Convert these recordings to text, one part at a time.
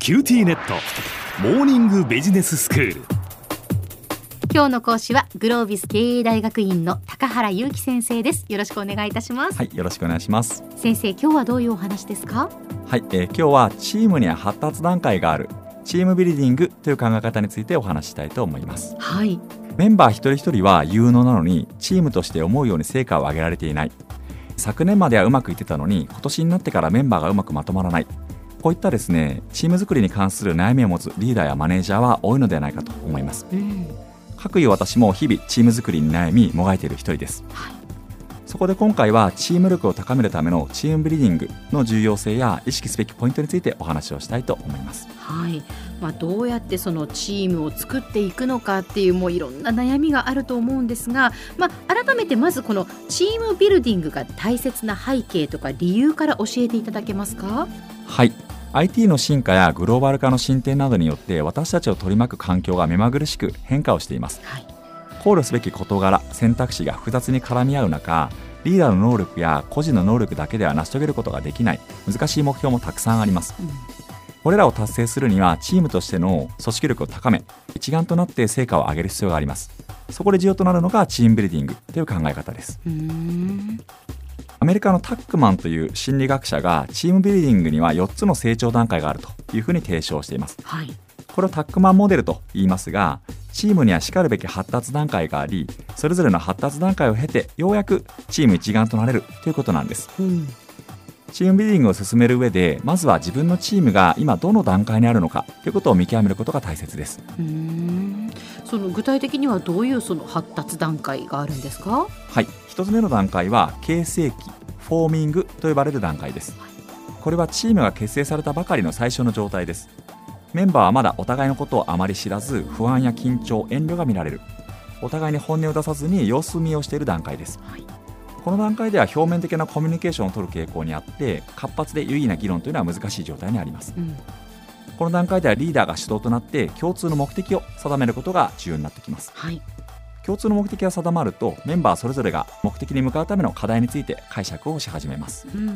キューティーネットモーニングビジネススクール。 今日の講師はグロービス経営大学院の高原祐希先生です。よろしくお願いいたします。 はい、よろしくお願いします。 先生、今日はどういうお話ですか？ はい、今日はチームには発達段階があるチームビルディングという考え方についてお話ししたいと思います。 はい。 メンバー一人一人は有能なのにチームとして思うように成果を上げられていない。昨年まではうまくいってたのに今年になってからメンバーがうまくまとまらない。こういったですね、チーム作りに関する悩みを持つリーダーやマネージャーは多いのではないかと思います。かくいう私も日々チーム作りに悩みもがいている一人です。はい、そこで今回はチーム力を高めるためのチームビルディングの重要性や意識すべきポイントについてお話をしたいと思います。 はい。どうやってそのチームを作っていくのかっていうもういろんな悩みがあると思うんですが、改めてまずこのチームビルディングが大切な背景とか理由から教えていただけますか？ はい。IT の進化やグローバル化の進展などによって私たちを取り巻く環境が目まぐるしく変化をしています。はい、考慮すべき事柄、選択肢が複雑に絡み合う中、リーダーの能力や個人の能力だけでは成し遂げることができない難しい目標もたくさんあります。これらを達成するにはチームとしての組織力を高め、一丸となって成果を上げる必要があります。そこで重要となるのがチームビルディングという考え方です。アメリカのタックマンという心理学者がチームビルディングには4つの成長段階があるというふうに提唱しています。はい、これをタックマンモデルと言いますが、チームにはしかるべき発達段階があり、それぞれの発達段階を経てようやくチーム一丸となれるということなんです。チームビルディングを進める上で、まずは自分のチームが今どの段階にあるのかということを見極めることが大切です。 その具体的にはどういうその発達段階があるんですか？ はい、一つ目の段階は形成期、フォーミングと呼ばれる段階です。これはチームが結成されたばかりの最初の状態です。メンバーはまだお互いのことをあまり知らず、不安や緊張、遠慮が見られる。お互いに本音を出さずに様子見をしている段階です。この段階では表面的なコミュニケーションを取る傾向にあって、活発で有意義な議論というのは難しい状態にあります。この段階ではリーダーが主導となって共通の目的を定めることが重要になってきます。共通の目的が定まると、メンバーそれぞれが目的に向かうための課題について解釈をし始めます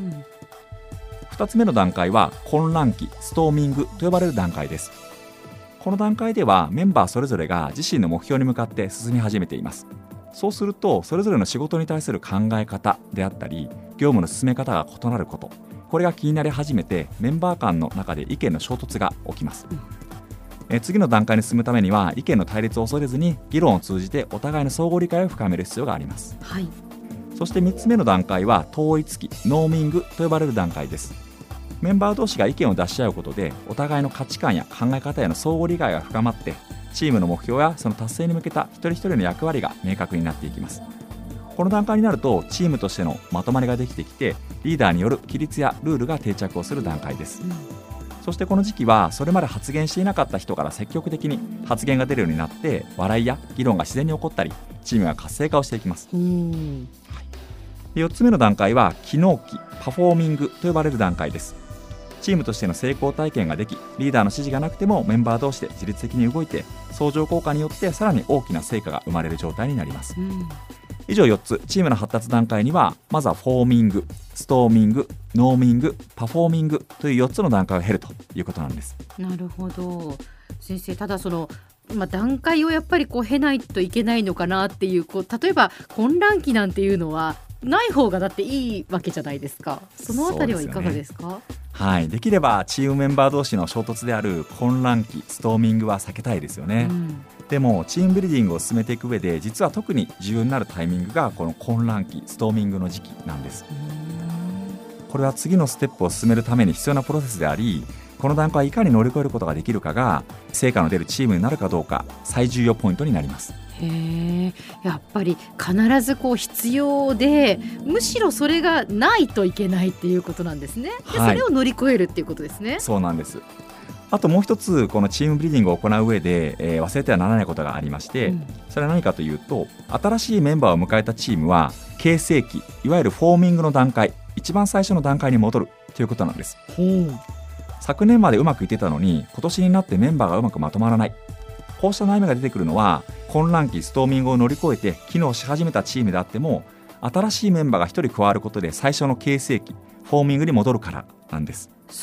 。2つ目の段階は混乱期、ストーミングと呼ばれる段階です。この段階ではメンバーそれぞれが自身の目標に向かって進み始めています。そうすると、それぞれの仕事に対する考え方であったり業務の進め方が異なること、これが気になり始めて、メンバー間の中で意見の衝突が起きます。次の段階に進むためには意見の対立を恐れずに議論を通じてお互いの相互理解を深める必要があります。そして3つ目の段階は統一期、ノーミングと呼ばれる段階です。メンバー同士が意見を出し合うことで、お互いの価値観や考え方への相互理解が深まって、チームの目標やその達成に向けた一人一人の役割が明確になっていきます。この段階になるとチームとしてのまとまりができてきて、リーダーによる規律やルールが定着をする段階です。そしてこの時期はそれまで発言していなかった人から積極的に発言が出るようになって、笑いや議論が自然に起こったり、チームが活性化をしていきます。4つ目の段階は機能期、パフォーミングと呼ばれる段階です。チームとしての成功体験ができ、リーダーの指示がなくてもメンバー同士で自律的に動いて、相乗効果によってさらに大きな成果が生まれる状態になります。以上4つ、チームの発達段階にはまずはフォーミング、ストーミング、ノーミング、パフォーミングという4つの段階を経るということなんです。 なるほど。先生、ただその段階をやっぱり経ないといけないのかなっていう、例えば混乱期なんていうのはない方がだっていいわけじゃないですか。そのあたりはいかがですか？ はい、できればチームメンバー同士の衝突である混乱期、ストーミングは避けたいですよね。でもチームビルディングを進めていく上で、実は特に重要になるタイミングがこの混乱期、ストーミングの時期なんです。これは次のステップを進めるために必要なプロセスであり、この段階をいかに乗り越えることができるかが成果の出るチームになるかどうか、最重要ポイントになります。 やっぱり必ず必要で、むしろそれがないといけないっていうことなんですね。で、それを乗り越えるっていうことですね。 そうなんです。あともう一つ、このチームビルディングを行う上で、忘れてはならないことがありまして、それは何かというと、新しいメンバーを迎えたチームは形成期、いわゆるフォーミングの段階、一番最初の段階に戻るということなんです。昨年までうまくいってたのに今年になってメンバーがうまくまとまらない、こうした悩みが出てくるのは、混乱期、ストーミングを乗り越えて機能し始めたチームであっても、新しいメンバーが1人加わることで最初の形成期、フォーミングに戻るからなんです。 そう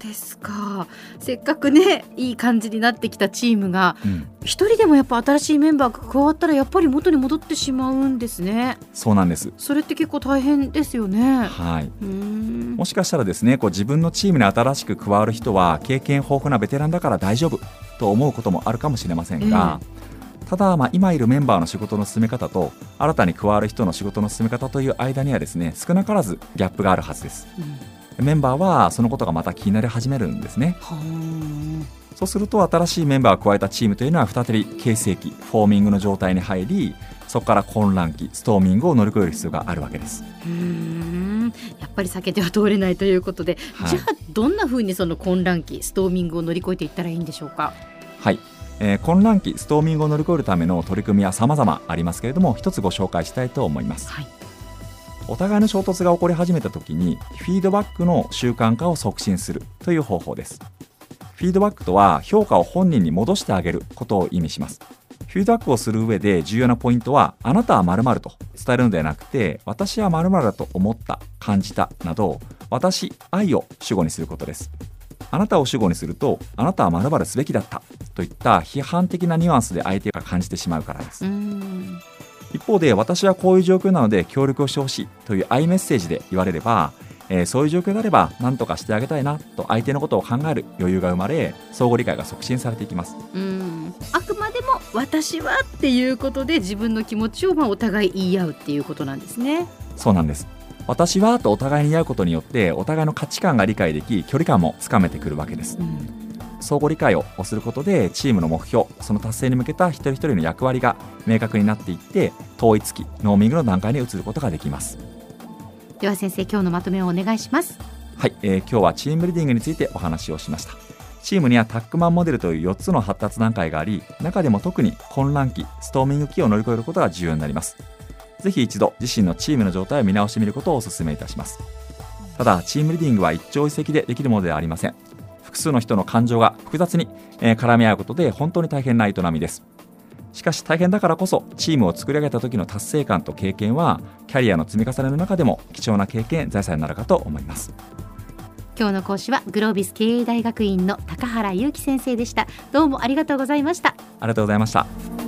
ですか。せっかくねいい感じになってきたチームが、一人でもやっぱ新しいメンバーが加わったらやっぱり元に戻ってしまうんですね。 そうなんです。 それって結構大変ですよね。 はい。もしかしたらですね、自分のチームに新しく加わる人は経験豊富なベテランだから大丈夫と思うこともあるかもしれませんが、ただ、今いるメンバーの仕事の進め方と新たに加わる人の仕事の進め方という間にはですね、少なからずギャップがあるはずです。メンバーはそのことがまた気になり始めるんですね。そうすると新しいメンバーを加えたチームというのは再び形成期フォーミングの状態に入り、そこから混乱期ストーミングを乗り越える必要があるわけです。 やっぱり避けては通れないということで、じゃあどんなふうにその混乱期ストーミングを乗り越えていったらいいんでしょうか。 はい、混乱期ストーミングを乗り越えるための取り組みは様々ありますけれども、一つご紹介したいと思います。お互いの衝突が起こり始めた時にフィードバックの習慣化を促進するという方法です。フィードバックとは評価を本人に戻してあげることを意味します。フィードバックをする上で重要なポイントは、あなたは〇〇と伝えるのではなくて、私は〇〇だと思った、感じたなど、私、愛を主語にすることです。あなたを主語にすると、あなたは〇〇すべきだったといった批判的なニュアンスで相手が感じてしまうからです。一方で、私はこういう状況なので協力をしてほしいという愛メッセージで言われれば、そういう状況であれば何とかしてあげたいなと相手のことを考える余裕が生まれ、相互理解が促進されていきます。 あくまでも私はっていうことで自分の気持ちをお互い言い合うっていうことなんですね。 そうなんです。私はとお互いに言い合うことによってお互いの価値観が理解でき、距離感もつかめてくるわけです。相互理解をすることでチームの目標、その達成に向けた一人一人の役割が明確になっていって、統一期ノーミングの段階に移ることができます。 では先生、今日のまとめをお願いします。 はい、今日はチームビルディングについてお話をしました。チームにはタックマンモデルという4つの発達段階があり、中でも特に混乱期、ストーミング期を乗り越えることが重要になります。ぜひ一度自身のチームの状態を見直してみることをお勧めいたします。ただ、チームリーディングは一朝一夕でできるものではありません。複数の人の感情が複雑に絡み合うことで本当に大変な営みです。しかし大変だからこそ、チームを作り上げた時の達成感と経験はキャリアの積み重ねの中でも貴重な経験、財産になるかと思います。 今日の講師はグロービス経営大学院の高原祐希先生でした。どうもありがとうございました。 ありがとうございました。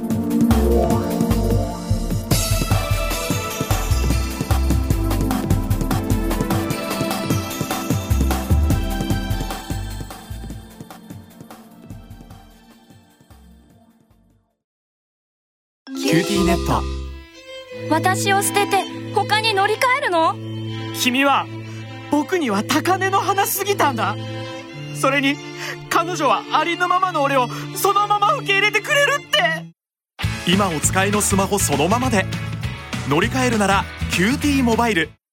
キューティーネット。 私を捨てて他に乗り換えるの？ 君は僕には高嶺の花すぎたんだ。それに彼女はありのままの俺をそのまま受け入れてくれるって。 今お使いのスマホそのままで乗り換えるならキューティーモバイル。